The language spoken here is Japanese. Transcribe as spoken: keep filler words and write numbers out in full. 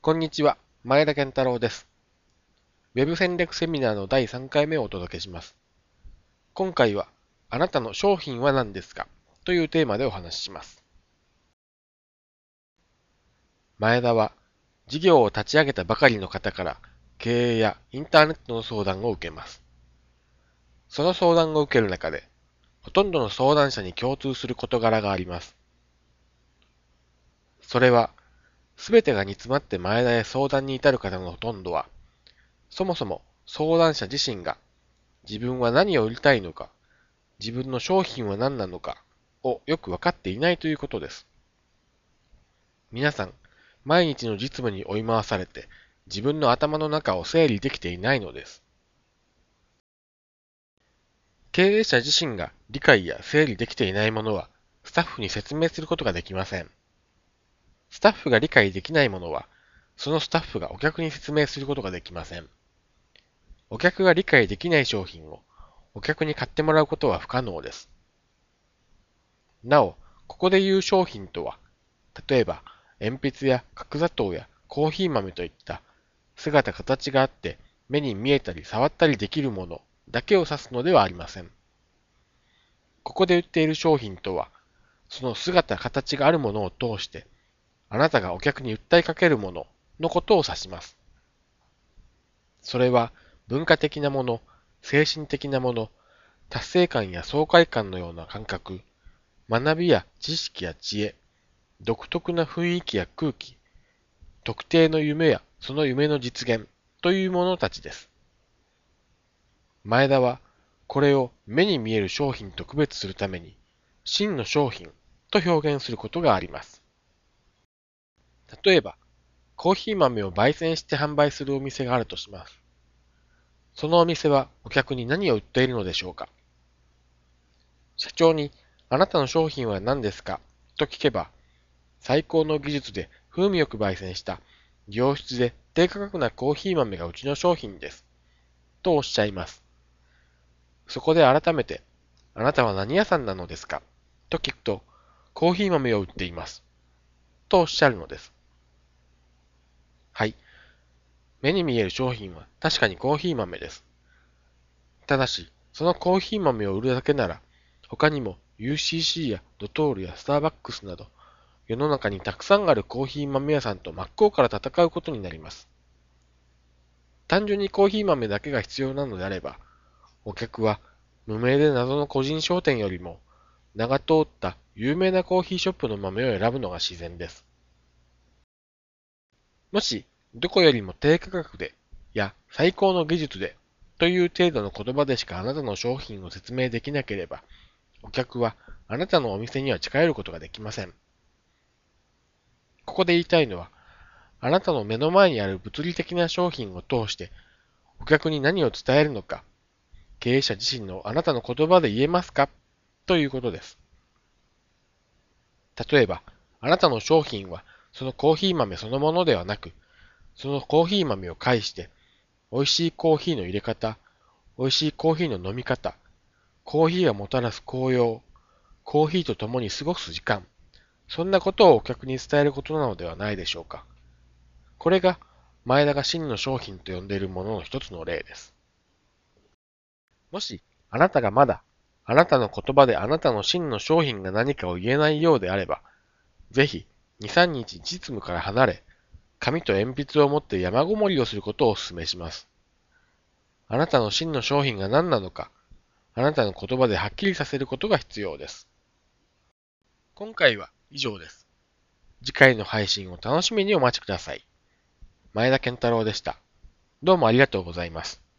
こんにちは、前田健太郎です。ウェブ戦略セミナーのだいさんかいめをお届けします。今回は、あなたの商品は何ですかというテーマでお話しします。前田は、事業を立ち上げたばかりの方から経営やインターネットの相談を受けます。その相談を受ける中で、ほとんどの相談者に共通する事柄があります。それは、すべてが煮詰まって前田へ相談に至る方のほとんどは、そもそも相談者自身が自分は何を売りたいのか、自分の商品は何なのかをよく分かっていないということです。皆さん、毎日の実務に追い回されて自分の頭の中を整理できていないのです。経営者自身が理解や整理できていないものは、スタッフに説明することができません。スタッフが理解できないものは、そのスタッフがお客に説明することができません。お客が理解できない商品をお客に買ってもらうことは不可能です。なお、ここで言う商品とは、例えば、鉛筆や角砂糖やコーヒー豆といった姿形があって目に見えたり触ったりできるものだけを指すのではありません。ここで売っている商品とは、その姿形があるものを通して、あなたがお客に訴えかけるもののことを指します。それは文化的なもの、精神的なもの、達成感や爽快感のような感覚、学びや知識や知恵、独特な雰囲気や空気、特定の夢やその夢の実現というものたちです。前田はこれを目に見える商品と区別するために真の商品と表現することがあります。例えば、コーヒー豆を焙煎して販売するお店があるとします。そのお店はお客に何を売っているのでしょうか。社長にあなたの商品は何ですかと聞けば、最高の技術で風味よく焙煎した良質で低価格なコーヒー豆がうちの商品です。とおっしゃいます。そこで改めて、あなたは何屋さんなのですかと聞くと、コーヒー豆を売っています。とおっしゃるのです。はい。目に見える商品は確かにコーヒー豆です。ただし、そのコーヒー豆を売るだけなら、他にも ユーシーシー やドトールやスターバックスなど、世の中にたくさんあるコーヒー豆屋さんと真っ向から戦うことになります。単純にコーヒー豆だけが必要なのであれば、お客は無名で謎の個人商店よりも名が通った有名なコーヒーショップの豆を選ぶのが自然です。もし、どこよりも低価格で、や最高の技術で、という程度の言葉でしかあなたの商品を説明できなければ、お客はあなたのお店には近寄ることができません。ここで言いたいのは、あなたの目の前にある物理的な商品を通して、お客に何を伝えるのか、経営者自身のあなたの言葉で言えますかということです。例えば、あなたの商品はそのコーヒー豆そのものではなく、そのコーヒー豆を介して、美味しいコーヒーの入れ方、美味しいコーヒーの飲み方、コーヒーがもたらす効用、コーヒーと共に過ごす時間、そんなことをお客に伝えることなのではないでしょうか。これが前田が真の商品と呼んでいるものの一つの例です。もし、あなたがまだ、あなたの言葉であなたの真の商品が何かを言えないようであれば、ぜひ、に、さんにち実務から離れ、紙と鉛筆を持って山ごもりをすることをお勧めします。あなたの真の商品が何なのか、あなたの言葉ではっきりさせることが必要です。今回は以上です。次回の配信を楽しみにお待ちください。前田健太郎でした。どうもありがとうございます。